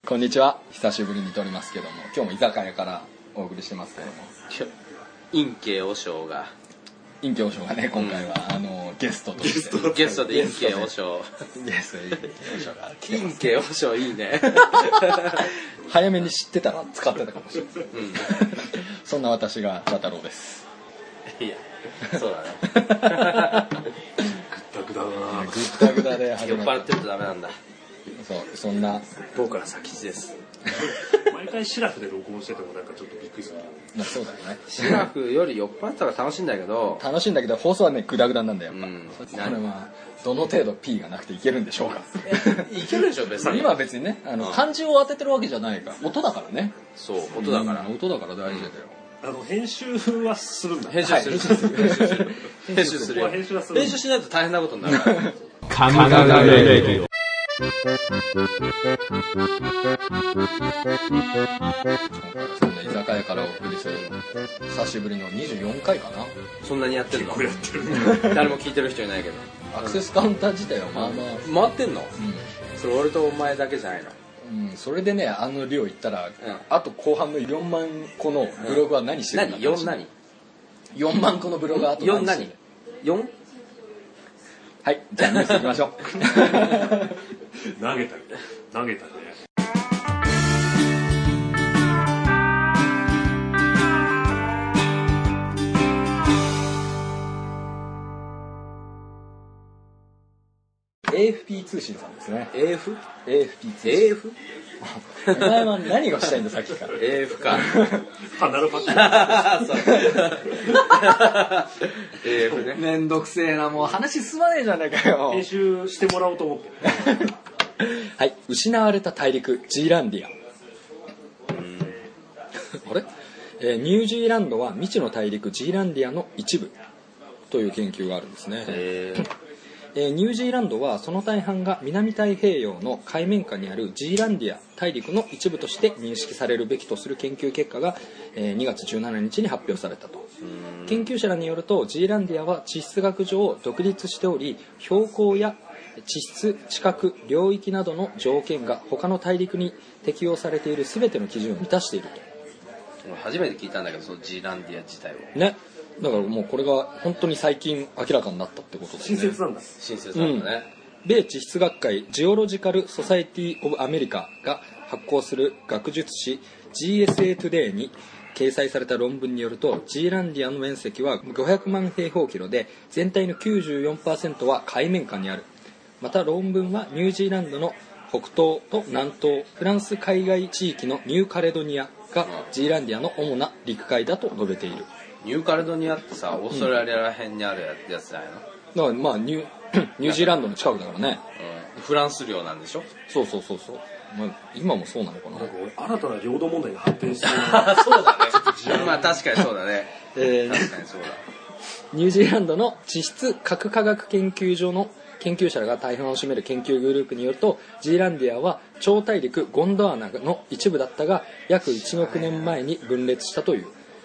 こんにちは。久しぶりに撮りますけども、今日も居酒屋からお送りしてますけども、 陰慶和尚が陰慶和尚がね、今回は、ゲストとしてゲストで陰慶和尚陰慶和尚いいね早めに知ってたら使ってたかもしれない、そんな私が茶太郎です。 いや、そうだねぐったぐだで始まった。 酔っ払ってるとダメなんだ。 そんな僕から先です毎回シラフで録音しててもなんかちょっとびっくりする。 そうだよね。 シラフより酔っ払ったら楽しいんだけど放送はねグダグダなんだよやっぱ、これ何はどの程度 P がなくていけるんでしょうかいけるでしょ別に。 今は別にね漢字を当ててるわけじゃないから、音だからね。 そう、音だから、 音だから大事だよ。 編集はするんだ。 編集する編集する編集はする。 編集しないと大変なことになるから神々レディオ。 そんな居酒屋からお送りする久しぶりの24回かな。 そんなにやってんの？ やってる誰も聞いてる人いないけど。 アクセスカウンター自体はまあまあ回ってんの？それ俺とお前だけじゃないの？ それでね量いったら、あと後半の4万個のブログは何してるんだろう。 何 4万個のブログはあと何してる。 4？ はい、じゃあニュースいきましょう投げたね。 AFP 通信さんですね。 AF 通信 AF お前は何がしたいんださっきから。 AF か離るパック。 そう AF ね。 めんどくせえな、もう話進まねえじゃねえかよ。 編集してもらおうと思って。 はい、失われた大陸ジーランディア。あれ、ニュージーランドは未知の大陸ジーランディアの一部という研究があるんですね。ニュージーランドはその大半が南太平洋の海面下にあるジーランディア大陸の一部として認識されるべきとする研究結果が2月17日に発表されたと。研究者らによると、ジーランディアは地質学上独立しており、標高や地質、地殻、領域などの条件が他の大陸に適用されている全ての基準を満たしていると。 初めて聞いたんだけど、そのジーランディア自体をね、だからもうこれが本当に最近明らかになったってことですね。 親切なんだ。 親切なんだね。 米地質学会ジオロジカル・ソサエティ・オブ・アメリカが発行する学術誌 GSA Today に掲載された論文によると、ジーランディアの面積は500万平方キロで、全体の 94% は海面下にある。また論文はニュージーランドの北東と南東、フランス海外地域のニューカレドニアがジーランディアの主な陸海だと述べている。 ニューカレドニアってさ、オーストラリアら辺にあるやつじゃないの？ だからまあニュージーランドの近くだからね。 フランス領なんでしょ？ そう、まあ、今もそうなのかな。 なんか俺新たな領土問題が発展してる。 そうだね。まあ確かにそうだね。確かにそうだ。 ニュージーランドの地質核科学研究所の研究者らが大半を占める研究グループによると、ジーランディアは超大陸ゴンドワナの一部だったが、約1億年前に分裂したという。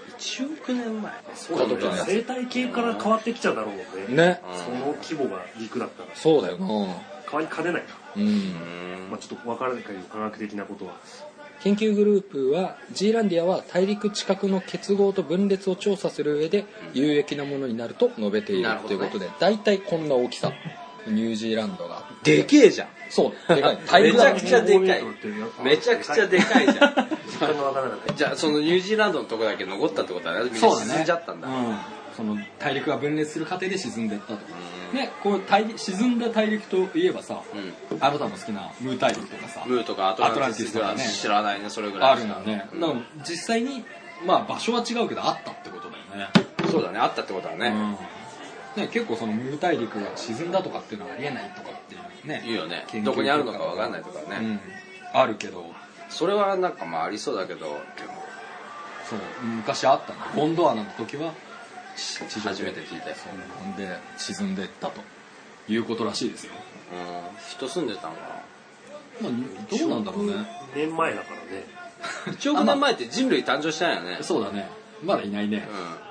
1億年前。 そうだね。生態系から変わってきちゃうだろうね。 ね。 その規模が陸だったら。 そうだよな。 変わりかねないな。まあちょっと分からないけど科学的なことは。 研究グループは、ジーランディアは大陸近くの結合と分裂を調査する上で有益なものになると述べているということで、だいたいこんな大きさ。ニュージーランドがでけえじゃん。 そうでかい。 めちゃくちゃでかい。めちゃくちゃでかいじゃん。じゃあそのニュージーランドのとこだけ残ったってことだね。みんな沈んじゃったんだ。 その大陸が分裂する過程で沈んでいったと。ね、こう沈んだ大陸といえばさ、あなたの好きなムー大陸とかさ、 ムーとかアトランティスとかね、知らないね、それぐらいあるんだね。だから実際にまあ場所は違うけどあったってことだよね。 そうだね、あったってことだね。 ね、結構そのムー大陸が沈んだとかっていうのはありえないとかっていうね。 いいよね。どこにあるのかわかんないとかね。 あるけど。それはなんかまあありそうだけど、でもそう昔あったの。ゴンドワナの時は初めて聞いたよ。 ほんで沈んでいったということらしいですよ。 人住んでたのかな。まあどうなんだろうね。 年前だからね。 1億年前って人類誕生したんよね。 そうだね。まだいないね。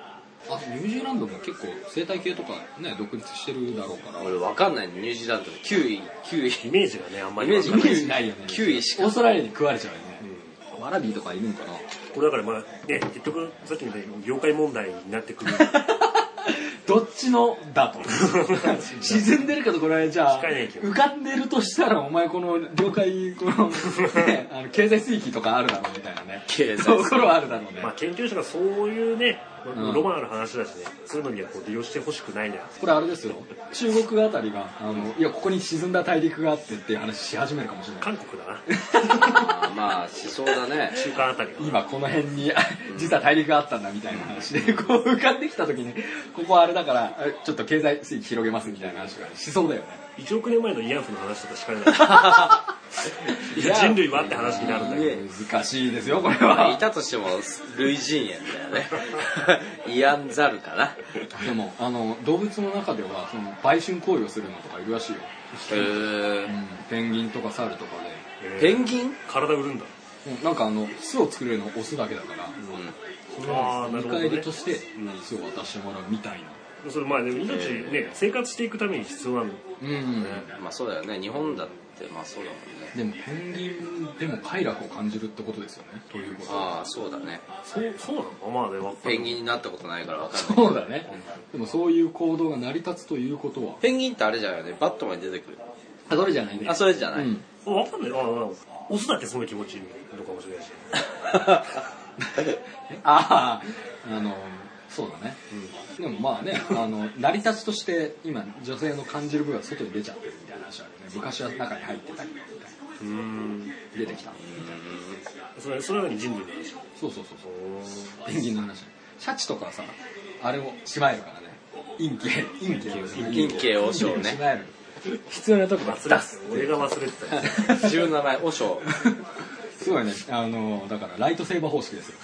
あとニュージーランドも結構生態系とかね独立してるだろうから。 俺分かんないね、ニュージーランド9位イメージがねあんまりイメージがないよね。 9位しかオーストラリアに食われちゃうよね。ワラビーとかいるんかな。 これだからまあね結局さっきみたいに業界問題になってくるどっちのだと沈んでるけどこれじゃあ浮かんでるとしたらお前この領海この、ね、経済水域とかあるだろうみたいなねところはあるだろうね。 まあ研究者がそういうねロマンある話だしね、そういうのにはこう利用してほしくないな。 これあれですよ、中国あたりがいやここに沈んだ大陸があってっていう話し始めるかもしれない。 韓国だなまあしそうだね。 中間あたり今この辺に実は大陸があったんだみたいな話でこう浮かんできた時にここはあれだからちょっと経済水域広げますみたいな話がしそうだよね。 1億年前の慰安婦の話とかしかりないいや人類はって話になるんだけど難しいですよこれは。 いたとしても類人猿だよね慰安ザルかな。 でも動物の中ではその売春行為をするのとかいるらしいよ。ペンギンとかサルとかで。ペンギン体売るんだ。 なんか巣を作れるのオスだけだから、見返りとして巣を渡してもらうみたいな。 それまあでも命ね生活していくために必要なの。 まあそうだよね、日本だってまあそうだもんね。 でもペンギンでも快楽を感じるってことですよね。ということ。 ああそうだね。 そうなの。まあねペンギンになったことないから分かんない。 そうだね。でもそういう行動が成り立つということは。 ペンギンってあれじゃないよね、バットマンに出てくる。 あそれじゃないね。 あそれじゃない。 分かんない。オスだってその気持ちいいのかもしれないし。 そうだね、でもまあね成り立ちとして今女性の感じる部分が外に出ちゃってるみたいな話あるね。昔は中に入ってたけどみたいな出てきた。 それは人類の話。 そうペンギンの話。シャチとかさあれをしまえるからね。陰茎和尚ね。 しまえる。必要なとこ出す。 俺が忘れてた自分の名前和尚すごいね。だからライトセーバー方式ですよ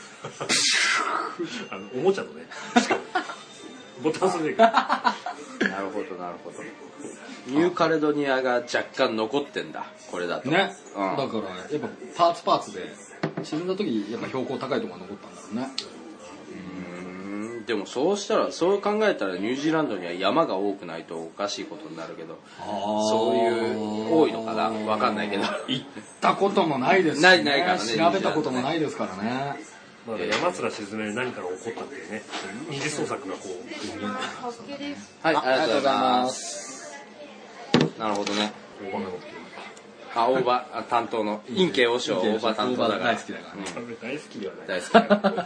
おもちゃのねボタン押すでなるほどなるほど。ニューカレドニアが若干残ってんだこれだとね、だからやっぱパーツで沈んだ時やっぱ標高高いところが残ったんだろうね。 でもそう考えたらニュージーランドには山が多くないとおかしいことになるけど、そういう多いのかな分かんないけど行ったこともないですし、 ないからね、 調べたこともないですからね。 まあ、山面沈める何かが起こったっていうね二次創作がこうはい、ありがとうございます。なるほどね。大場担当の陰茎和尚大場担当だから大好きだからね。 大好きではない。 大好きだから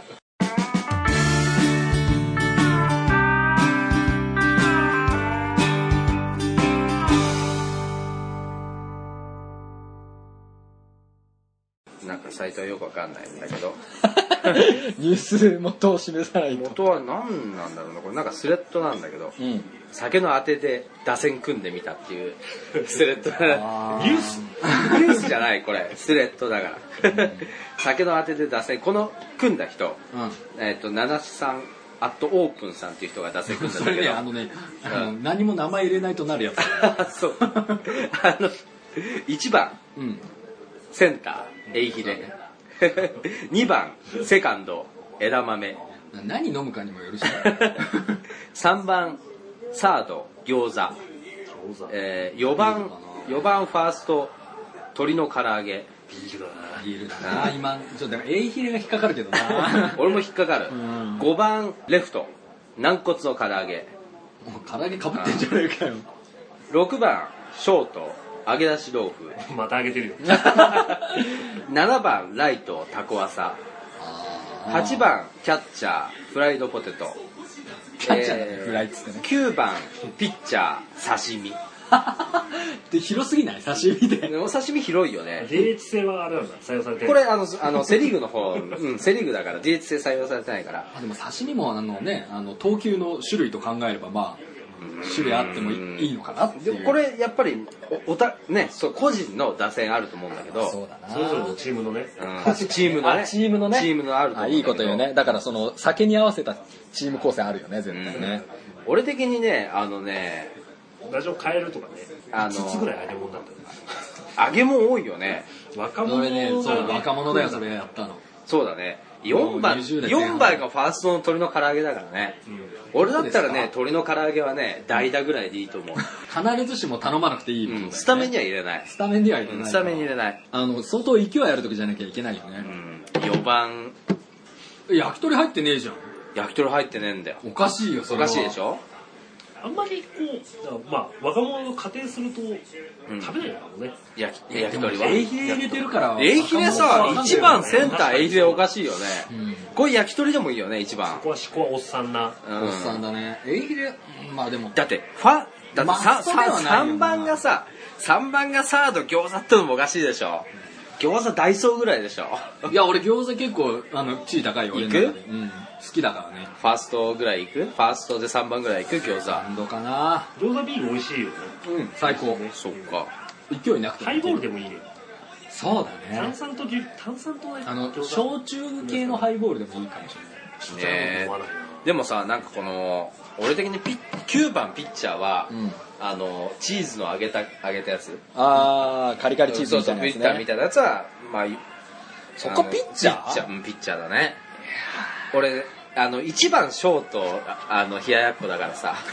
なんかサイトはよくわかんないんだけどニュース元を示さないと。 元は何なんだろうな。これなんかスレッドなんだけど、酒のあてで打線組んでみたっていうスレッドニュースじゃないこれスレッドだから酒のあてで打線この組んだ人、七志さんアットオープンさんっていう人が打線組んだんだけどそれね何も名前入れないとなるやつそう1番、センターエイヒレ2番セカンド枝豆何飲むかにもよるし 3番サード餃子、4番ファースト鶏の唐揚げ。 ビールだな今ちょっとでもエイヒレが引っかかるけどな俺も引っかかる。5番レフト軟骨の唐揚げ。 もう唐揚げかぶってんじゃねえかよ。 6番ショート揚げ出し豆腐また揚げてるよ 7番ライトタコワサ。8番キャッチャーフライドポテト。 キャッチャーだねフライっつってね。 9番ピッチャー刺身で広すぎない刺身で。 お刺身広いよね。 DH 制はあれなんだ採用されてる。 これセリーグの方、セリーグだから DH 制採用されてないから。 でも刺身も投球の種類と考えればまあ種類あってもいいのかなっていう。 これやっぱりそう個人の打線あると思うんだけど、 そうだなそれぞれのチームのね、 チームのねチームのねチームのあると思うんだけど。 いいこと言うね。だからその酒に合わせたチーム構成あるよね絶対ね。 俺的にねラジオ変えるとかね5つぐらい揚げ物だった揚げ物多いよね。 若者俺ねそう若者だよそれやったの。 そうだね。 4番 20年前半 4番がファーストの鶏の唐揚げだからね、俺だったらね鶏の唐揚げはね代打ぐらいでいいと思う、 必ずしも頼まなくていいものだよね、 スタメンには入れない、 スタメンには入れない、 スタメンに入れない、 相当勢いある時じゃなきゃいけないよね、 4番焼き鳥入ってねえじゃん。 焼き鳥入ってねえんだよ。 おかしいよ、そおれは。 かしいでしょ。 あんまりこう、まあ若者の家庭すると食べないのかもね。 焼き鳥は。 エイヒレ入れてるから。 エイヒレさ、1番センターエイヒレおかしいよね。これ焼き鳥でもいいよね、1番。 そこはおっさんな。 おっさんだね。エイヒレ、まあでも。 だって3番がさ、3番がサード餃子ってのもおかしいでしょ。餃子ダイソーぐらいでしょ。 いや、俺餃子結構、地位高いよ、俺の中で。 行く？ 好きだからね。 ファーストぐらい行く？ファーストで3番ぐらい行く？餃子。 何度かな。 餃子ビール美味しいよね。 最高。 そっか。 勢いなくて。 ハイボールでもいいね。 そうだね。 炭酸と焼酎系のハイボールでもいいかもしれない。 ね、でもさ、なんかこの俺的に9番ピッチャーは、チーズの揚げたやつ、 カリカリチーズみたいなやつね。 みたいなやつはまあそこピッチャー？ ピッチャーだね。俺1番ショート冷ややっこだからさ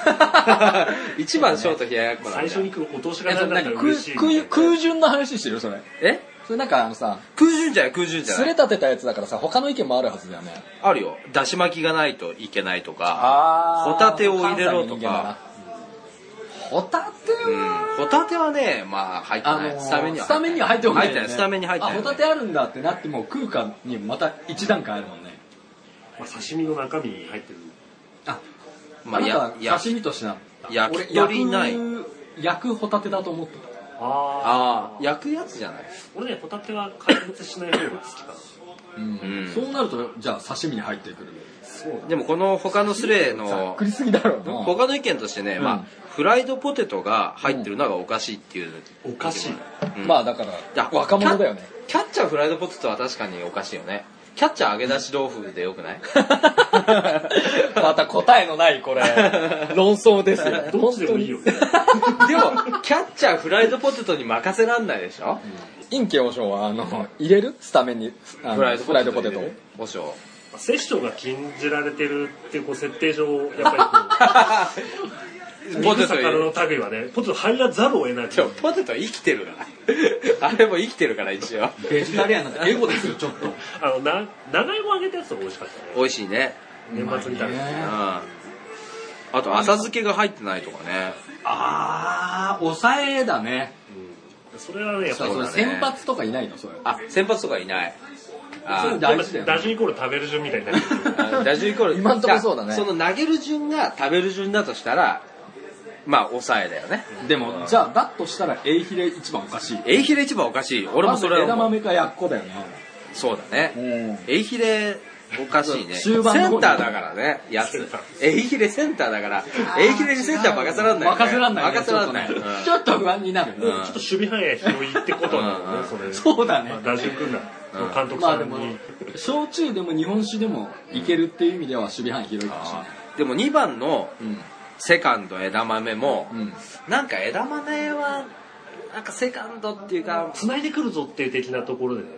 1番ショート冷ややっこだから最初にお通しがなんだったら嬉しい。 空順の話してるそれ。それなんか空順じゃないすれ立てたやつだからさ、他の意見もあるはずだよね。 あるよ。だし巻きがないといけないとか、ホタテを入れろとか。 ホタテはね、まあ入ってない。スタメンには入っておかないよね。 スタメンに入ってない。 ホタテあるんだってなっても食うかにまた一段階あるもんね。 まあ刺身の中身に入ってる。 まあ刺身としてな。 焼き鳥ない。 焼くホタテだと思ってた。 焼くやつじゃない。 俺ね、ホタテは加熱しない方が好きかな。 そうなるとじゃあ刺身に入ってくる。 でもこの他のスレのざっくりすぎだろうな。 他の意見としてね、まあフライドポテトが入ってるのがおかしいっていう。 おかしい。 まあだから若者だよね。 キャッチャーフライドポテトは確かにおかしいよね。キャッチャー揚げ出し豆腐でよくない？ また答えのないこれ論争ですよ。 どっちでもいいよね。 でもキャッチャーフライドポテトに任せらんないでしょ。 陰慶和尚は入れるスタメンにフライドポテト和尚摂取が禁じられてるっていう設定上やっぱりポテトの類はね、ポテト入らざるを得ない。 ポテト生きてるからあれも生きてるから一応ベジタリアンなんてエゴですよちょっと。 長芋揚げたやつが美味しかったね。 美味しいね。 年末に食べた。 あと浅漬けが入ってないとかね。 抑えだね。 それはね、やっぱり先発とかいないのそれ。 先発とかいない。 大事だよね。 打順イコール食べる順みたいになってる。 打順イコール今んとこそうだね。 その投げる順が食べる順だとしたらまあ抑えだよね。 でもじゃあだとしたらエイヒレ一番おかしい。 エイヒレ一番おかしい。俺もそれは枝豆かやっこだよね。 そうだね。エイヒレおかしいね。セン終盤のターだからね、やつ。エイヒレセンターだから、エイヒレにセンター任せらんない。 任せらんない。 任せらんない。 ちょっと不安になる。 ちょっと守備範囲が広いってことなのね、それ。 そうだね。 打順組んだ。監督さんに。 焼酎でも日本酒でもいけるっていう意味では守備範囲広いかもしれない。 でも2番のセカンド枝豆も、なんか枝豆は、なんかセカンドっていうか、 繋いでくるぞっていう的なところでね。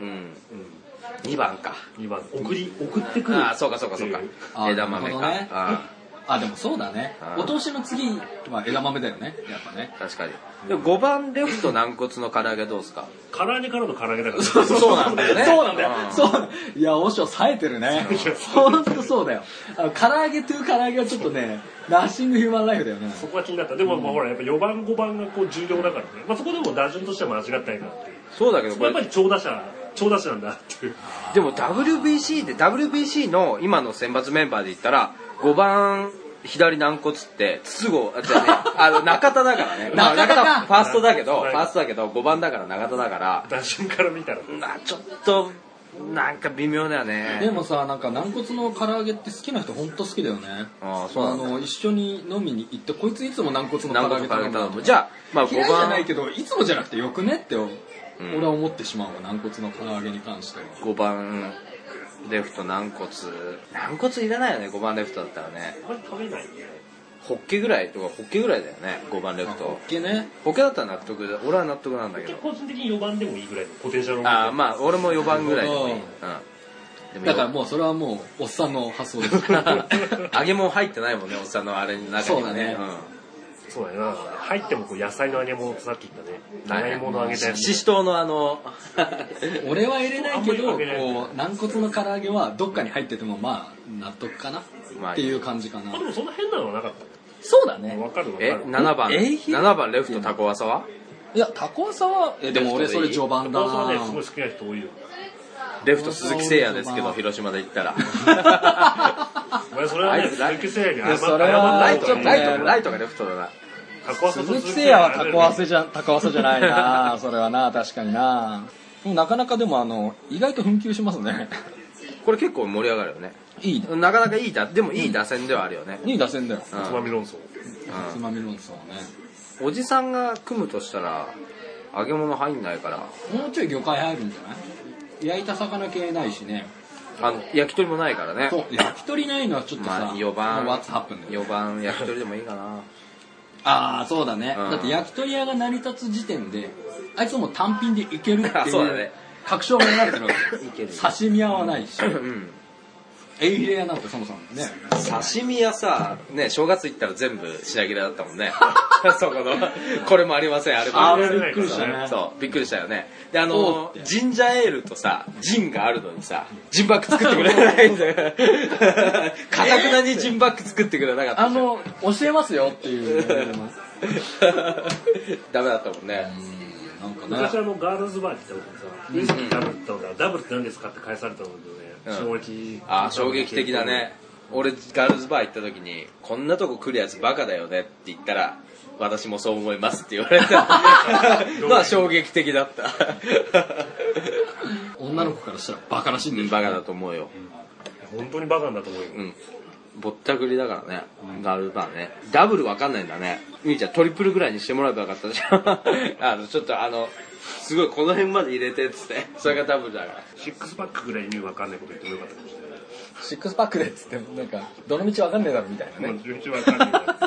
2番か。 2番。送ってくる。 そうか。枝豆か。 でもそうだね。お通しの次は枝豆だよね。やっぱね。 確かに。でも5番レフト軟骨の唐揚げどうですか？ 唐揚げからの唐揚げだから。 そうなんだよね。 そうなんだよ。いや、おしょ冴えてるね。ほんとそうだよ。唐揚げという唐揚げはちょっとね、ナッシングヒューマンライフだよね。 そこは気になった。でもほら、やっぱ4番5番がこう重要だからね。まあそこでも打順としては間違ってないなっていう。 そうだけどやっぱり長打者なんだっていう。 でも WBC の今の選抜メンバーで言ったら5番左軟骨って筒香中田だからね。中田ファーストだけど5番だから中田だから打順から見たらちょっとなんか微妙だよね。 でもさ、なんか軟骨の唐揚げって好きな人ほんと好きだよね。一緒に飲みに行ってこいついつも軟骨の唐揚げ頼む。 じゃあまあ5番嫌いじゃないけどいつもじゃなくてよくねって俺は思ってしまうわ、軟骨の唐揚げに関しては。 5番レフト軟骨いらないよね。5番レフトだったらね。 食べないね。 ホッケぐらいだよね。5番レフト。 ホッケね。 ホッケだったら納得で、俺は納得なんだけど。 個人的に4番でもいいぐらいのポテンシャルを。 まあ俺も4番ぐらいでもいい。 だからもうそれはもうおっさんの発想です揚げ物入ってないもんね、おっさんのあれの中にはね。 そうだよな。入ってもこう野菜の揚げ物とさっき言ったね。長芋の揚げたやつ。 ししとうの俺は入れないけど、こう軟骨の唐揚げはどっかに入っててもまあ納得かなっていう感じかな。 でもそんな変なのはなかった。 そうだね。 わかる。 7番レフトタコワサは？ いや、タコワサはでも俺それ序盤だな。 タコワサはねすごい好きな人多いよ。 レフト鈴木誠也ですけど、広島で言ったら。 お前それはね、鈴木誠也に謝それはライトがレフトだな。 鈴木誠也はタコワサじゃないな。それはな、確かにな。なかなかでも意外と紛糾しますね。 これ結構盛り上がるよね。なかなかでもいい打線ではあるよね。 いい打線だよ。 つまみ論争。 つまみ論争ね。 おじさんが組むとしたら揚げ物入んないから。 もうちょい魚介入るんじゃない？焼いた魚系ないしね。 焼き鳥もないからね。 そう、焼き鳥ないのはちょっとさ、 4番 4 番焼き鳥でもいいかな。 ああ、そうだね。だって焼き鳥屋が成り立つ時点であいつも単品でいけるっていう確証が得られてるわけ。刺身屋はないし、エイヒレ屋なんてそもそもね。 刺身屋さ、ね、正月行ったら全部品切れだったもんね。そこの、これもありません、あれもありません。 びっくりしたね。 そう、びっくりしたよね。で、ジンジャーエールとさ、ジンがあるのにさ、ジンバッグ作ってくれないんだよ。かたくなにジンバッグ作ってくれなかった。 教えますよっていう。 ダメだったもんね。 昔ガールズバーに来た時にさ、ウイスキーダブルって言ったのダブルって何ですかって返されたんだけどね。 衝撃的だね。俺ガールズバー行った時にこんなとこ来るやつバカだよねって言ったら、私もそう思いますって言われたのは衝撃的だった。 女の子からしたらバカらしいんだよ。 バカだと思うよ。 本当にバカなんだと思うよ。 ぼったくりだからね、ガールズバーね。ダブルわかんないんだね。みーちゃんトリプルぐらいにしてもらえばよかったじゃん。ちょっとすごいこの辺まで入れてっつって、それがダブルだから。 シックスパックぐらい意味わかんないこと言ってもよかったかもしれない。 シックスパックでっつってもなんかどの道わかんねえだろみたいなね。 道わかんねえだろ。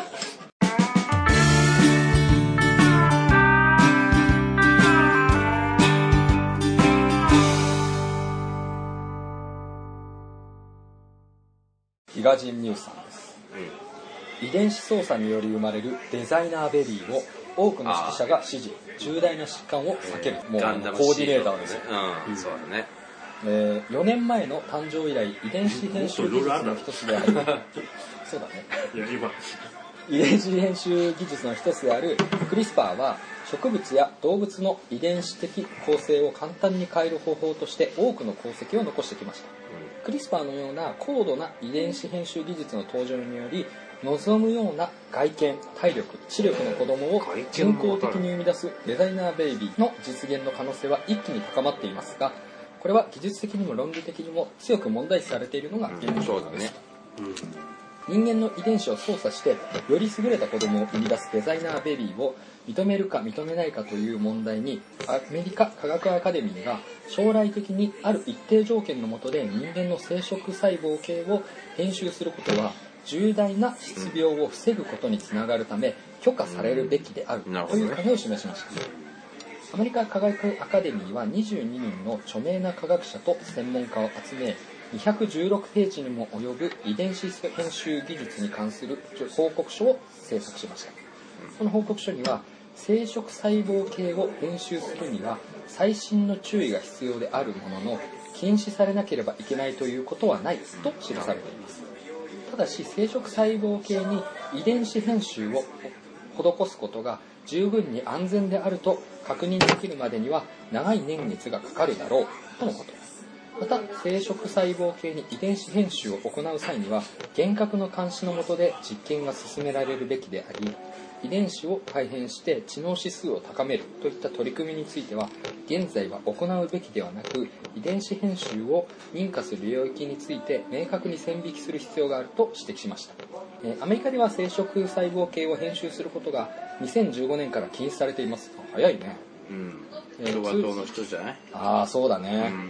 ヒガジンニュースさんです、遺伝子操作により生まれるデザイナーベビーを多くの指揮者が支持、重大な疾患を避ける、もうコーディネーターですよ。 そうだね。 4年前の誕生以来、遺伝子編集技術の一つであるそうだね。遺伝子編集技術の一つであるクリスパーは、植物や動物の遺伝子的構成を簡単に変える方法として多くの功績を残してきました。クリスパーのような高度な遺伝子編集技術の登場により、望むような外見、体力、視力の子供を人工的に生み出すデザイナーベイビーの実現の可能性は一気に高まっていますが、これは技術的にも論理的にも強く問題視されているのが現状です。人間の遺伝子を操作してより優れた子供を生み出すデザイナーベビーを認めるか認めないかという問題に、アメリカ科学アカデミーが将来的にある一定条件の下で人間の生殖細胞系を編集することは重大な失病を防ぐことにつながるため許可されるべきであるという考えを示しました。アメリカ科学アカデミーは22人の著名な科学者と専門家を集め、216ページにも及ぶ遺伝子編集技術に関する報告書を制作しました。この報告書には、生殖細胞系を編集するには細心の注意が必要であるものの、禁止されなければいけないということはないと記されています。ただし、生殖細胞系に遺伝子編集を施すことが十分に安全であると確認できるまでには長い年月がかかるだろうとのこと。また、生殖細胞系に遺伝子編集を行う際には厳格の監視の下で実験が進められるべきであり、遺伝子を改変して知能指数を高めるといった取り組みについては現在は行うべきではなく、遺伝子編集を認可する領域について明確に線引きする必要があると指摘しました。アメリカでは生殖細胞系を編集することが2015年から禁止されています。早いね。 共和党の人じゃない？ ああ、そうだね。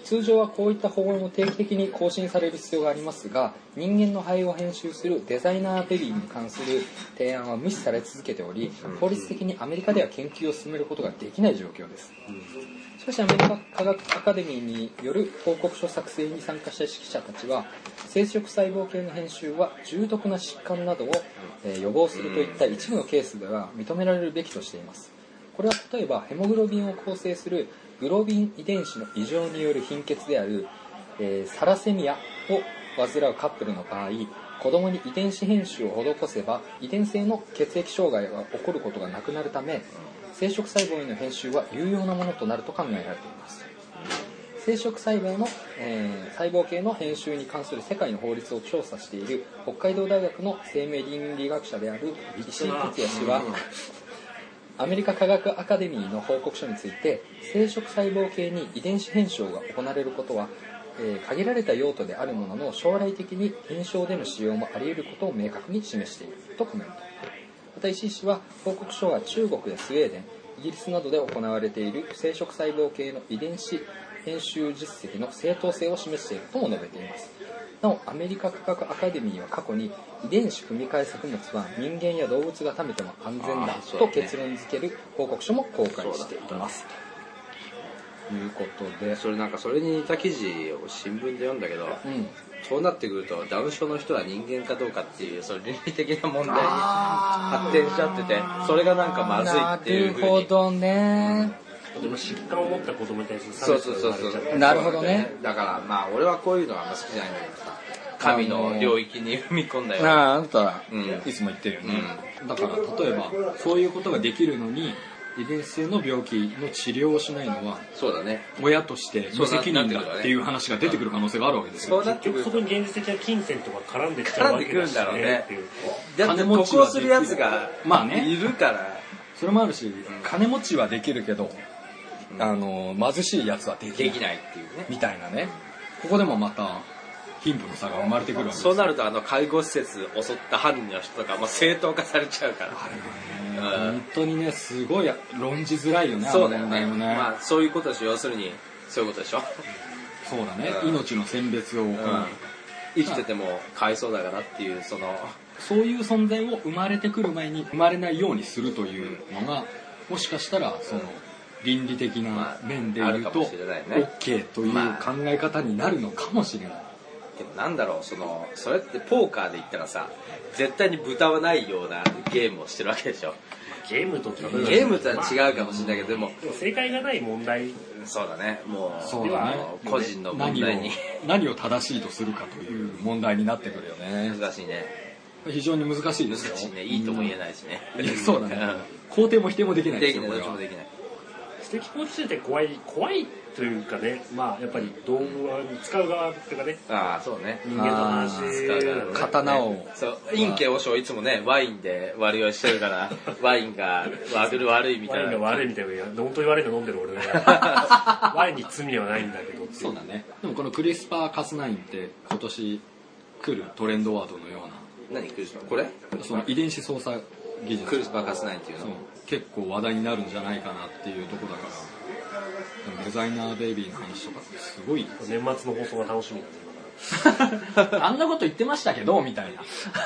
通常はこういった法案を定期的に更新される必要がありますが、人間の肺を編集するデザイナーベビーに関する提案は無視され続けており、法律的にアメリカでは研究を進めることができない状況です。しかしアメリカ科学アカデミーによる報告書作成に参加した識者たちは、生殖細胞系の編集は重篤な疾患などを予防するといった一部のケースでは認められるべきとしています。これは例えばヘモグロビンを構成するグロビン遺伝子の異常による貧血である、サラセミアを患うカップルの場合、子供に遺伝子編集を施せば遺伝性の血液障害が起こることがなくなるため、生殖細胞への編集は有用なものとなると考えられています。生殖細胞の、細胞系の編集に関する世界の法律を調査している北海道大学の生命倫理学者である石井哲也氏は、アメリカ科学アカデミーの報告書について、生殖細胞系に遺伝子編集が行われることは、限られた用途であるものの将来的に臨床での使用もあり得ることを明確に示しているとコメント。また石井氏は、報告書は中国やスウェーデン、イギリスなどで行われている生殖細胞系の遺伝子編集実績の正当性を示しているとも述べています。なお、アメリカ科学アカデミーは過去に遺伝子組み換え作物は人間や動物が食べても安全だと結論付ける報告書も公開していますということで、 それなんかそれに似た記事を新聞で読んだけど、そうなってくるとダウン症の人は人間かどうかっていうその倫理的な問題に発展しちゃってて、それがなんかまずいっていう風に。 なるほどね。 でも疾患を持った子供に対する差別が生まれちゃって、 なるほどね。 だからまあ俺はこういうのはあんま好きじゃないんだけどさ、神の領域に踏み込んだよ。 あなた、いつも言ってるよね。だから例えばそういうことができるのに遺伝子性の病気の治療をしないのは、 そうだね、 親として無責任だっていう話が出てくる可能性があるわけですよ。 結局そこに現実的な金銭とか絡んできちゃうわけだしねっていう。 だって得をするやつがいるから、 それもあるし、金持ちはできるけど貧しいやつはできないっていうね、 みたいなね。ここでもまた貧富の差が生まれてくるわけです。 そうなると介護施設襲った犯人の人とかも正当化されちゃうから、 本当にね、すごい論じづらいよね。 そうだよね。まあそういうことでしょ。要するにそういうことでしょ。 そうだね。命の選別を行う。 生きててもかわいそうだからっていうそういう存在を生まれてくる前に生まれないようにするというのが、もしかしたら倫理的な面で言うと OK という考え方になるのかもしれない。 でもなんだろう、それってポーカーで言ったらさ、絶対に豚はないようなゲームをしてるわけでしょ。 ゲームとは違うかもしれないけど、でも正解がない問題。 そうだね。もうそうだね、 個人の問題に何を正しいとするかという問題になってくるよね。 難しいね。 非常に難しいですよ。 難しいね。いいとも言えないしね。 そうだね。肯定も否定もできないですよ。 できない。どっちもできない。 知的好奇心って怖いというかね、まあやっぱり道具は使う側っていうかね。 ああ、そうね。 人間の話、 刀を。 そう、陰茎和尚いつもね、ワインで割りをしてるから、ワインが悪いみたいな。 ワインが悪いみたいな。本当に悪いの飲んでる俺が。ワインに罪はないんだけど。 そうだね。でもこのクリスパーカス9って今年来るトレンドワードのような。 何クリスパー？これ？ その遺伝子操作技術。 クリスパーカス9っていうの。 結構話題になるんじゃないかなっていうところだから、でもデザイナーベイビーの話とかってすごい年末の放送が楽しみだね。 あんなこと言ってましたけどみたいな。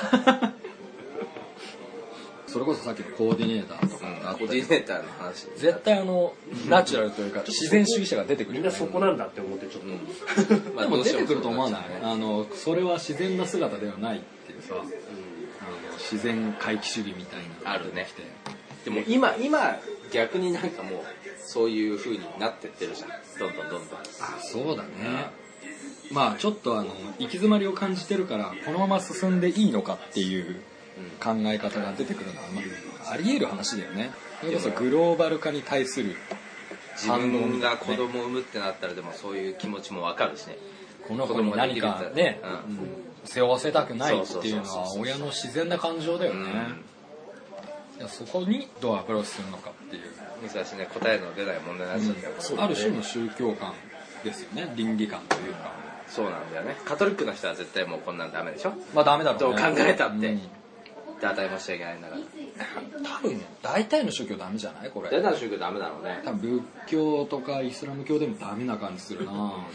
それこそさっきのコーディネーターとか、 コーディネーターの話絶対ナチュラルというか自然主義者が出てくる。 みんなそこなんだって思ってちょっと、 でも出てくると思わない。それは自然な姿ではないっていうさ、自然回帰主義みたいなあるね。でも今逆になんかもうそういう風になってってるじゃん。どんどん。 あ、そうだね。まあちょっと行き詰まりを感じてるからこのまま進んでいいのかっていう考え方が出てくるのは、あり得る話だよね。それこそグローバル化に対する自分が子供を産むってなったらでもそういう気持ちもわかるしね。 この子に何かね、背負わせたくないっていうのは親の自然な感情だよね。いや、そこにどうアプローチするのかっていう難しいね。答えの出ない問題になっちゃった、 ある種の宗教観ですよね。倫理観というか。 そうなんだよね。カトリックの人は絶対もうこんなんダメでしょ。 まあダメだろうね。 どう考えたって、 脱退もしちゃいけないんだから。 多分大体の宗教ダメじゃないこれ。 大体の宗教ダメだろうね。 多分仏教とかイスラム教でもダメな感じするな。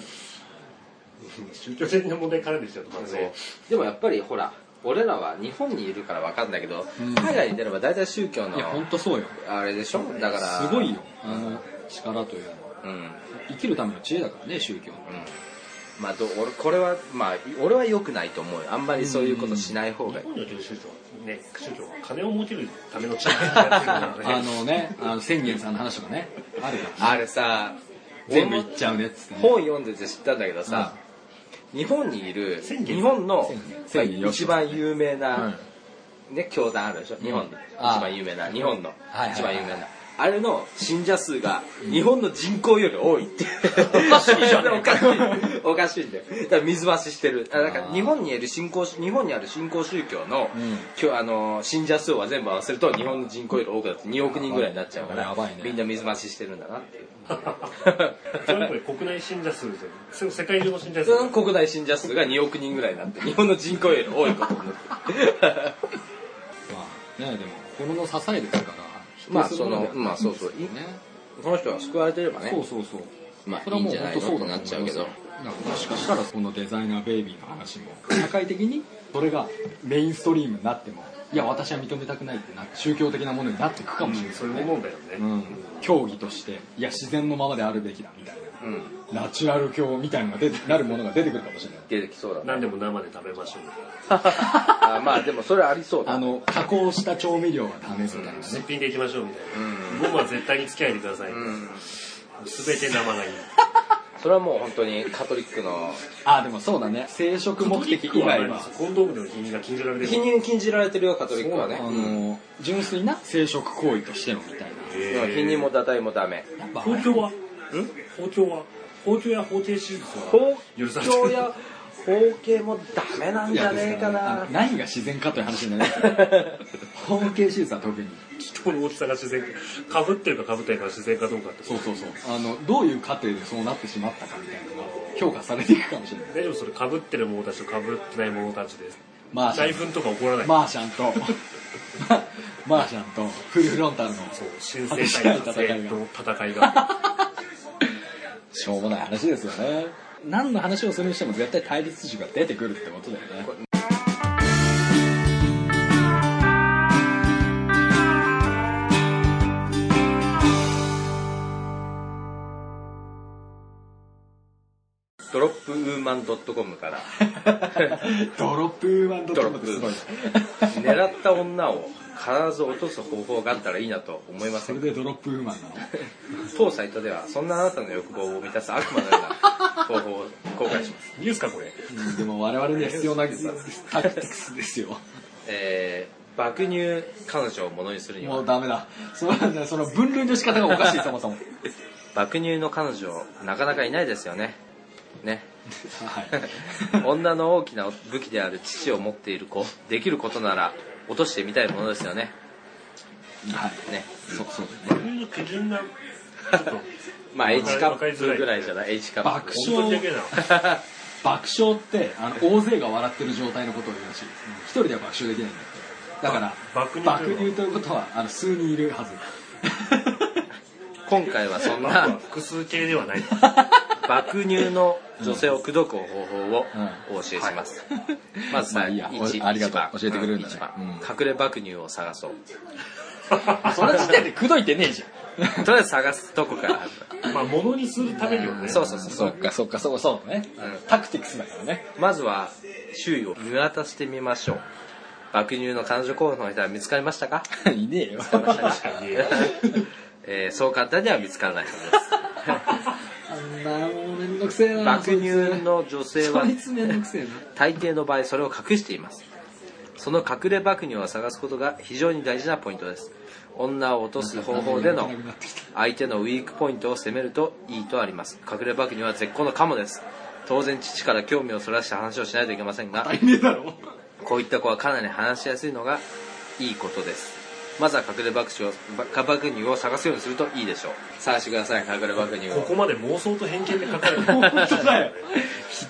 宗教的な問題からでしょとかね。 でもやっぱりほら俺らは日本にいるから分かんないけど、海外に出れば大体宗教のいや本当そうよ。 あれでしょ。だからすごいよ力というのは、生きるための知恵だからね宗教。 まあこれはまあ俺は良くないと思うよ。あんまりそういうことしない方がいい。 日本における宗教は金を儲けるための知恵やってるからね。 千元さんの話とかねあるよ。 あれさ全部いっちゃうねっつってね。 本読んでて知ったんだけどさ、日本にいる日本の一番有名なね教団あるでしょ。日本で一番有名な日本の一番有名なあれの信者数が日本の人口より多いっておかしいじゃん。おかしいんだよ。だから水増ししてる。だから日本にある新興宗教の信者数は全部合わせると日本の人口より多くなって2億人ぐらいになっちゃうからみんな水増ししてるんだなっていう。 それこれ国内信者数ですよ。世界中の信者数。 国内信者数が2億人ぐらいになって日本の人口より多いことになってる。 まあねでも心の支えですから。 まあそうそうこの人は救われてればね。 そうまあいいんじゃないのとなっちゃうけど。 もしかしたらこのデザイナーベイビーの話も社会的にそれがメインストリームになってもいや私は認めたくないって宗教的なものになっていくかもしれない、 そういうものだよね、 教義としていや自然のままであるべきだみたいな、ナチュラル教みたいなのがなるものが出てくるかもしれない。 出てきそうだね。 何でも生で食べましょうまあでもそれありそうだ。 加工した調味料はダメみたいなね。 すっぴんでいきましょうみたいな、僕は絶対に付き合いでください、全て生がいい。 それはもう本当にカトリックのでもそうだね。生殖目的以外はコンドームでの避妊が禁じられてる。 避妊禁じられてるよカトリックはね。 純粋な生殖行為としてのみたいな。 避妊も堕胎もダメ。 包丁は包丁や包茎手術は許されてる。 包茎もダメなんじゃねえかな。 何が自然かという話になりますけど包茎手術は特に人の大きさが自然かぶってるかかぶってないか自然かどうかって。 そうどういう過程でそうなってしまったかみたいなのが評価されていくかもしれない。 大丈夫。それかぶってる者たちとかぶってない者たちです。 内紛とか起こらない。 マーシャンとフルフロンタルの新生対決の戦いがしょうもない話ですよね。何の話をするにしても絶対対立軸が出てくるってことだよね。 ドロップウーマン .com からドロップウーマン .com ってすごい狙った女を必ず落とす方法があったらいいなと思います。 それでドロップウーマンなの当サイトではそんなあなたの欲望を満たす悪魔のような方法を公開します。 ニュースかこれ。 でも我々には必要なタクティクスですよ。 爆乳彼女をものにするにはもうダメだ。その分類の仕方がおかしいそもそも。 爆乳の彼女なかなかいないですよね。 はい、 女の大きな武器である父を持っている子、できることなら落としてみたいものですよね。 はいね、 そうですね。基準がちょっとまあ H カップぐらいじゃない。 H カップ。 爆笑って大勢が笑ってる状態のことを言うらしい。一人では爆笑できないんだって。だから爆乳ということは数人いるはず。 今回はそんな複数形ではない。 爆乳の女性を口説く方法をお教えします。まず 1番教えてくれるんだね。 隠れ爆乳を探そう。 その時点で口説いてねえじゃん。とりあえず探すとこからまあ物にするためにはね。 そうね。タクティクスだからね。 まずは周囲を見渡してみましょう。爆乳の彼女候補の人は見つかりましたか？ いねえよ。 そう簡単には見つからないはずです。 めんどくせえな。 爆乳の女性は大抵の場合それを隠しています。その隠れ爆乳を探すことが非常に大事なポイントです。女を落とす方法での相手のウィークポイントを攻めるといいとあります。隠れ爆乳は絶好のカモです。当然父から興味をそらした話をしないといけませんが、こういった子はかなり話しやすいのがいいことです。まずは隠れ爆乳を探すようにするといいでしょう。探してください。隠れ爆乳を。 ここまで妄想と偏見で書かれてる。 本当だよ。ひ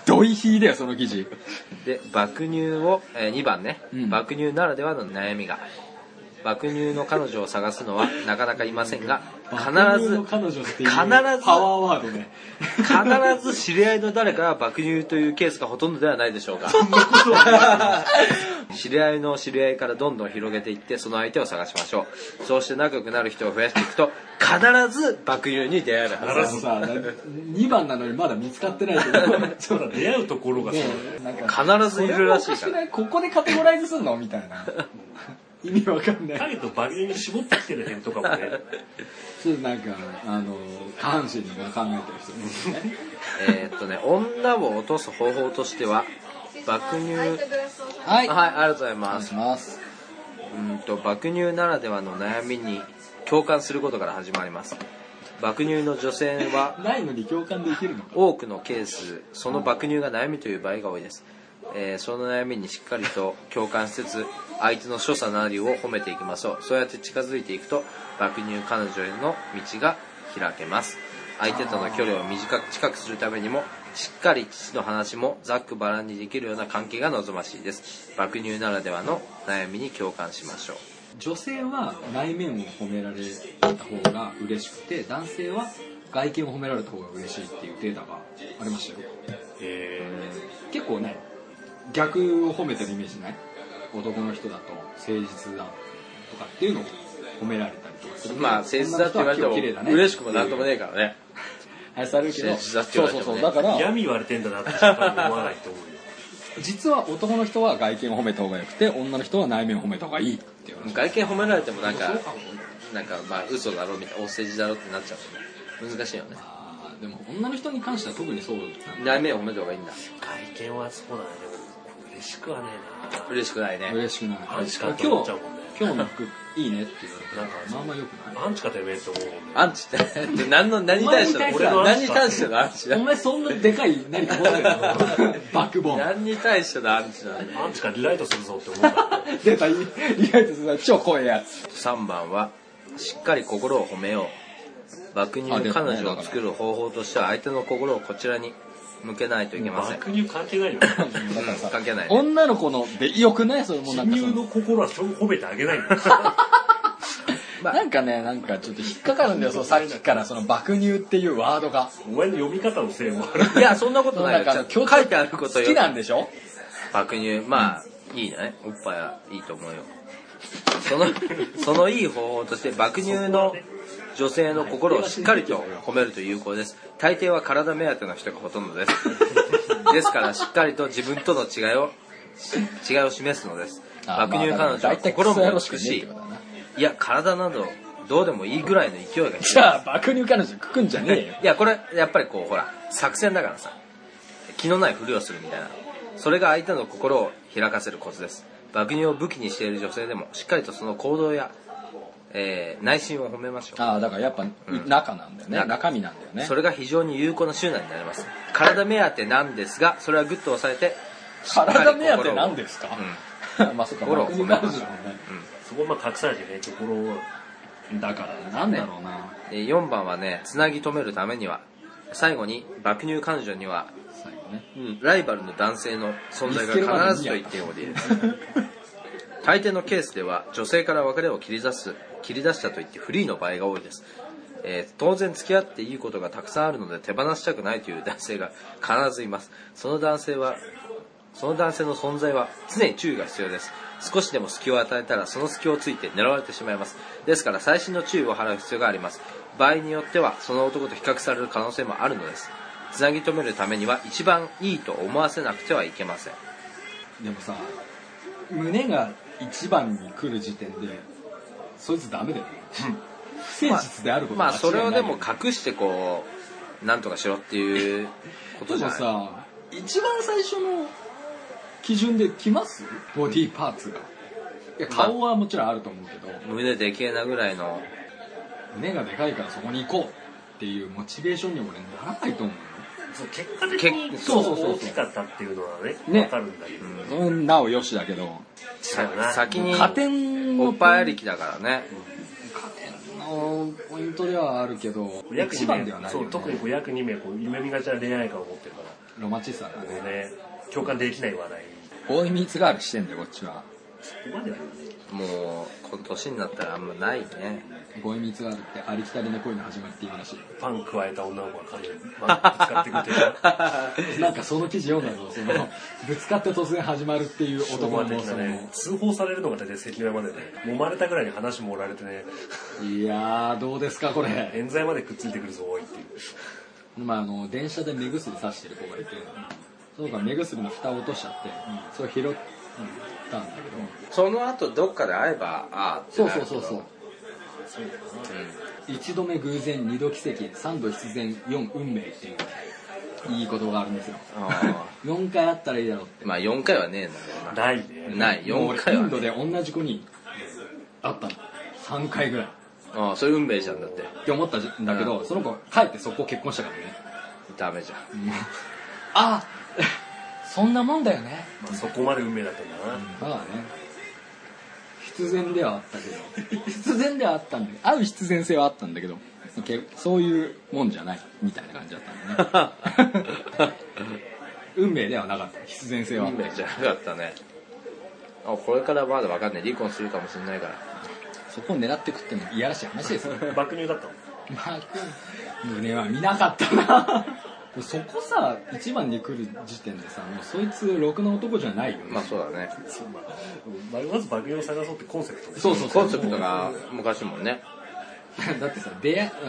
ドイヒーだよその記事で爆乳を、2番ね、爆乳ならではの悩みが、爆乳の彼女を探すのはなかなかいませんが、必ず彼女っていうパワーワードね必ず知り合いの誰かが爆乳というケースがほとんどではないでしょうか。知り合いの知り合いからどんどん広げていってその相手を探しましょう。そうして仲良くなる人を増やしていくと必ず爆乳に出会えるはずです。 さ2番なのにまだ見つかってないけどそうだ、出会うところがそうなんか必ずいるらしいから。 ここでカテゴライズすんのみたいな意味わかんない。 影とバリエに絞ってきてる辺とかもねちょっとなんか下半身にも考えてる人ですね女を落とす方法としては爆乳、はい、ありがとうございます。爆乳ならではの悩みに共感することから始まります。爆乳の女性はないのに共感できるのか。 多くのケースその爆乳が悩みという場合が多いです。その悩みにしっかりと共感しつつ相手の所作なりを褒めていきましょう。そうやって近づいていくと爆乳彼女への道が開けます。相手との距離を近くするためにもしっかり父の話もざっくばらんにできるような関係が望ましいです。爆乳ならではの悩みに共感しましょう。 女性は内面を褒められた方が嬉しくて、男性は外見を褒められた方が嬉しいっていうデータがありましたよ。結構ね逆を褒めてるイメージない？男の人だと誠実だとかっていうのを褒められたりとかする。 まあ誠実だって言われても嬉しくもなんともねえからね。 あれされるけど、 そうだから嫌味言われてんだなってしか思わないと思うよ。 実は男の人は外見を褒めた方がよくて、女の人は内面を褒めた方がいいっていう。 外見褒められてもなんかまあ嘘だろみたいな、お世辞だろってなっちゃうとね難しいよね。 でも女の人に関しては特にそう内面を褒めた方がいいんだ。 外見はそうだね。嬉しくはねえな。 嬉しくないね。 嬉しくない。 アンチかって思っちゃうもんね。 今日の服いいねって言われて、 なんかまあまあよくない。 アンチかてめえって思うもんね。 アンチって何に対しての何に対してのアンチだ。 お前そんなでかい何か持ってるのバックボーン。 何に対してのアンチだ。 アンチかリライトするぞって思うから。 出たリライトする超怖いやつ。 3番はしっかり心を褒めよう。爆乳の彼女を作る方法としては相手の心をこちらに向けないといけません。 爆乳関係ないよ。 関係ない、ね。 女の子のでよくないそれもなんか親友の心はそう褒めてあげないんだ。 なんかね、なんかちょっと引っかかるんだよ、そうさっきからその爆乳っていうワードが。 お前の読み方のせいもある。 いや、そんなことないよ。書いてあることよ。 好きなんでしょ？ 爆乳、まあ、いいね。おっぱいはいいと思うよ。そのいい方法として爆乳の女性の心をしっかりと褒めると有効です。大抵は体目当ての人がほとんどです。ですからしっかりと自分との違いを示すのです。爆乳彼女は心も美しい。いや、体などどうでもいいぐらいの勢いが必要です。 じゃあ爆乳彼女くくんじゃねえよ。 いや、これやっぱりこうほら作戦だからさ、気のないふりをするみたいな、それが相手の心を開かせるコツです。爆乳を武器にしている女性でもしっかりとその行動や、内心を褒めましょう。 ああ、だからやっぱ中なんだよね、中身なんだよね。 それが非常に有効な手段になります。体目当てなんですが、それはグッと押さえて、 体目当てなんですか？まあそっか、 心を褒めましょう。 そこまあ隠されてね、ところをだからなんだろうな。 4番はね、つなぎ止めるためには最後に爆乳彼女には、ライバルの男性の存在が必ずと言ってもいいです。大抵のケースでは女性から別れを切り出したと言ってフリーの場合が多いです。当然付き合っていいことがたくさんあるので手放したくないという男性が必ずいます。その男性の存在は常に注意が必要です。少しでも隙を与えたらその隙をついて狙われてしまいます。ですから細心の注意を払う必要があります。場合によってはその男と比較される可能性もあるのです。つなぎ止めるためには一番いいと思わせなくてはいけません。 でもさ、胸が一番に来る時点でそいつダメだよね。不誠実であることは間違いない。まあそれをでも隠してこうなんとかしろっていうことじゃない。 でもさ、一番最初の基準で来ます？ボディーパーツが。いや、顔はもちろんあると思うけど、 胸でけえなぐらいの、 胸がでかいからそこに行こうっていうモチベーションに俺ならないと思うよ。 結果的に大きかったっていうのはね、分かるんだけど、 なおよしだけど、 先に加点おっぱいありきだからね。 加点のポイントではあるけど、一番ではないよね。 そう、特に約2名夢見がちな恋愛観を持ってるから、 ロマチスタだね。 共感できない話題。 ボーイミーツガールしてんだよこっちは。 そこまではね。 もうこの年になったらあんまないね。 ボーイミーツガールってありきたりな恋の始まりっていうらしい。 パン加えた女の子が彼女にぶつかってくるっていう。 なんかその記事読んだぞ。そのぶつかって突然始まるっていう男の子ね。通報されるのが大体関の山でね、揉まれたぐらいに話盛られてね。 いやーどうですかこれ。 冤罪までくっついてくるぞおいっていう。 まあ電車で目薬さしてる子がいて、その子が目薬の蓋を落としちゃって、それ拾ったんだけど、 その後どっかで会えばってなるけど。そう一度目偶然、二度奇跡、三度必然、四運命っていういいことがあるんですよ。4回あったらいいだろうって。 まあ4回はねえんだけどないね。 ない4回は、 インドで同じ子に会ったの3回ぐらい。 ああそういう運命じゃんだってって思ったんだけど、その子帰ってそこ結婚したからね。 ダメじゃん。 あそんなもんだよね。 まあ、そこまで運命だったんだな。 まあね。必然ではあったけど、必然ではあったんだけど、会う必然性はあったんだけど、そういうもんじゃないみたいな感じだったんだね。運命ではなかった。必然性はあった。 運命じゃなかったね。これからまだ分かんない。離婚するかもしれないから。 そこを狙って食ってもいやらしい話ですよ。 爆乳だったの？ 胸は見なかったな。そこさ一番に来る時点でさ、もうそいつろくな男じゃないよね。 まあそうだね。 まず爆乳を探そうってコンセプトで。 そうコンセプトが昔もんね。 だってさ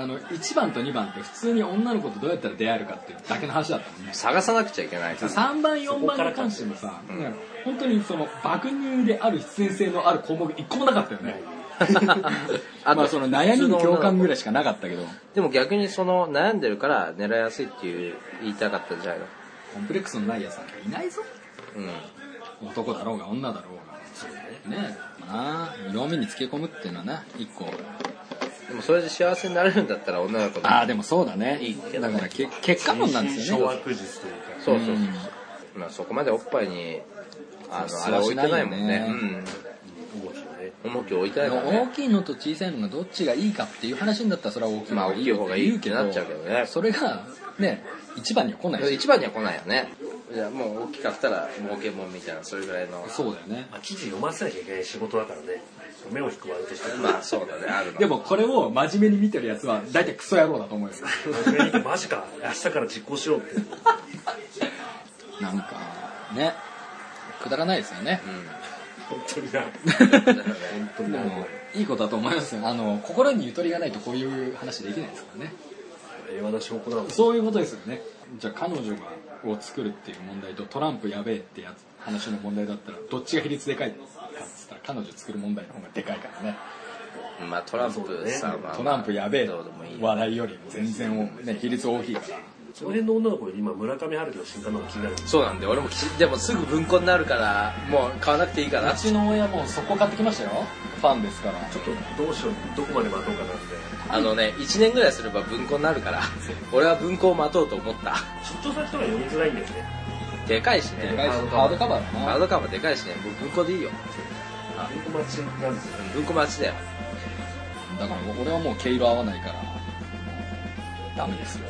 1番と2番って普通に女の子とどうやったら出会えるかっていうだけの話だったもんね。 探さなくちゃいけない。 3番4番に関してもさ、本当にその爆乳である必然性のある項目1個もなかったよね。まあその悩みに共感ぐらいしかなかったけど、 でも逆にその悩んでるから狙いやすいっていう言いたかったんじゃないの。 コンプレックスのないやつなんかいないぞ。男だろうが女だろうが。そうね。まあ色味につけ込むっていうのはな一個。 でもそれで幸せになれるんだったら女の子でもそうだね。だから結果論なんですよね。 小悪術というか。 そう。まあそこまでおっぱいにあれ置いてないもんね。重きを置いてないからね。 大きいのと小さいのがどっちがいいかっていう話になったらそれは大きい方がいいってなっちゃうけどね。 それがね一番には来ないし。 一番には来ないよね。じゃあもう大きかったら儲けもんみたいなそれぐらいの。 そうだよね。 記事読ませなきゃいけない仕事だからね。目を引く悪としてまあそうだねあるの。 でもこれを真面目に見てるやつは大体クソ野郎だと思うよ。 真面目に見てマジか明日から実行しようって。 なんかねくだらないですよね。 本当にな。本当にな。 いいことだと思いますよ。心にゆとりがないとこういう話できないですからね。 平和な証拠なの。 そういうことですよね。じゃあ彼女を作るっていう問題とトランプやべえってやつ話の問題だったらどっちが比率でかいかっつったら彼女作る問題の方がでかいからね。 まあトランプさ、 トランプやべえ話題よりも全然ね比率大きいから。 その辺の女の子より今村上春樹の新刊の方が気になる。 そうなんで俺もでもすぐ文庫になるからもう買わなくていいかな。 うちの親もそこ買ってきましたよ。ファンですから。 ちょっとどうしようどこまで待とうかなんで。 1年ぐらいすれば文庫になるから俺は文庫を待とうと思った。 出張先とか読みづらいんだよね。 でかいしね。 ハードカバーだな。 ハードカバーでかいしね。もう文庫でいいよ。 文庫待ちなんですよ。 文庫待ちだよ。 だから俺はもう毛色合わないからダメですよ。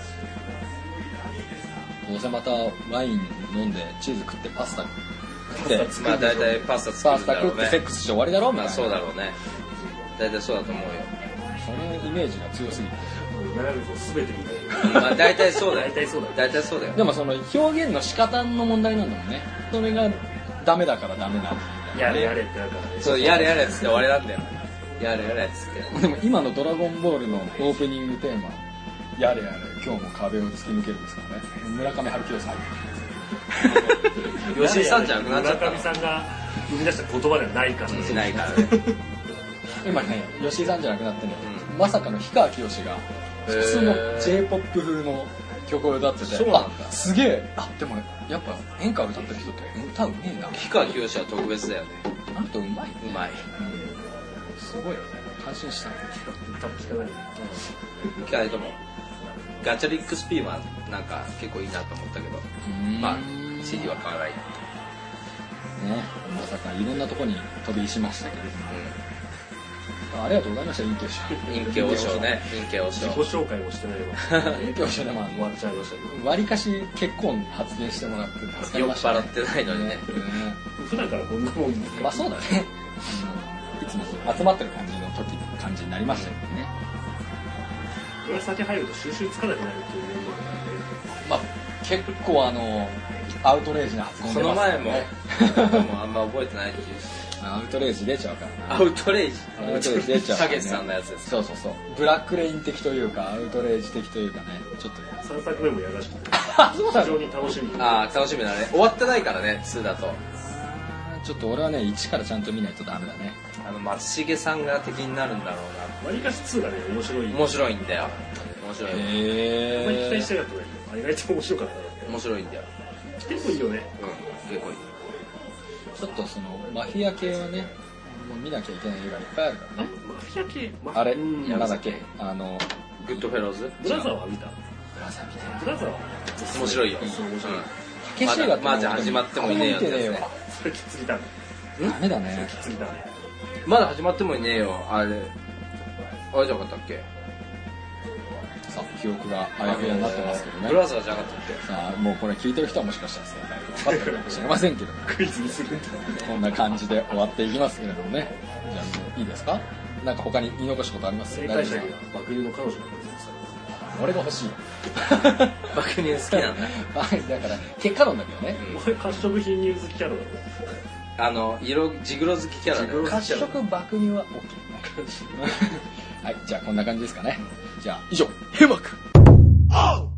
どうせまたワイン飲んでチーズ食ってパスタ食ってまあ大体パスタ作るんだろうね。 パスタ食ってセックスして終わりだろうみたいな。 そうだろうね。大体そうだと思うよ。 そのイメージが強すぎて全てみたいな。 まあ大体そうだよ。 大体そうだよ。 でもその表現の仕方の問題なんだもんね。それがダメだからダメなんだ。 やれやれってなるからね。 そうやれやれっつって終わりなんだよ。やれやれっつって。 でも今のドラゴンボールのオープニングテーマやれやれ今日も壁を突き抜けるんですからね。村上春樹さん吉井さんじゃなくなっちゃった。 村上さんが生み出した言葉ではないからね。 ないからね。 今ね吉井さんじゃなくなってね、まさかの氷川きよしが普通の J-POP 風の曲を歌ってて、すげえ。でもやっぱ演歌を歌ってる人って歌うめえな。 氷川きよしは特別だよね。 あの人うまいね。 うまい。 すごいよね。感心した。 多分聞かない。 聞かないと思う。ガチャリックスピーはなんか結構いいなと思ったけど、まあ CD は買わない。ね、 まさかいろんなとこに飛びしましたけど、 ありがとうございました。陰形王将ね。陰形王将。 自己紹介もしてないわ。 陰形王将でも終わっちゃいましたけど。 わりかし結婚発言してもらって助かりました、ね。 酔っ払ってないのにね。 普段からこんなもん。 まあそうだね。いつも集まってる感じの感じになりましたよね。 これ先入ると収集つかなくなるっていう面もまあ結構アウトレイジな発言出ますね。その前もあんま覚えてないっていう。 アウトレイジ出ちゃうからな。アウトレイジ出ちゃう、 たけしさんのやつです。 そうブラックレイン的というかアウトレイジ的というかね、ちょっと 3作目もやらしくて非常に楽しみ。 楽しみだね。終わってないからね、2だと。 ちょっと俺はね1からちゃんと見ないとダメだね。 松重さんが敵になるんだろうな。わりかし2がね面白いんだよ。面白い。 あんまり期待してなかったけど意外と面白かった。 面白いんだよ。 結構いいよね。 結構いい。 ちょっとそのマフィア系はね、もう見なきゃいけない映画いっぱいあるからね。 マフィア系あれなんだっけ、 グッドフェローズ。 ブラザーは見た。ブラザーは面白いよ。 面白い。 たけし映画ってまず始まってもいねえよってやつね。 それきつぎだね。 ダメだね。 きつぎだね。 まだ始まってもいねえよ。あれじゃなかったっけ。 さあ記憶があやふやになってますけどね。 ブラザーじゃなかったっけ。 さあもうこれ聞いてる人はもしかしたら分かってるかもしれませんけどクイズにするこんな感じで終わっていきますけれどもね。じゃあいいですか。なんか他に言い残したことあります？ 正解者には爆乳の彼女が俺が欲しい。 爆乳好きなんだ。 だから結果論だけどね。 俺褐色貧乳好きキャラだろ。 ジグロ好きキャラだよ。 褐色爆乳は OK。はい、じゃあこんな感じですかね。じゃあ以上、閉幕。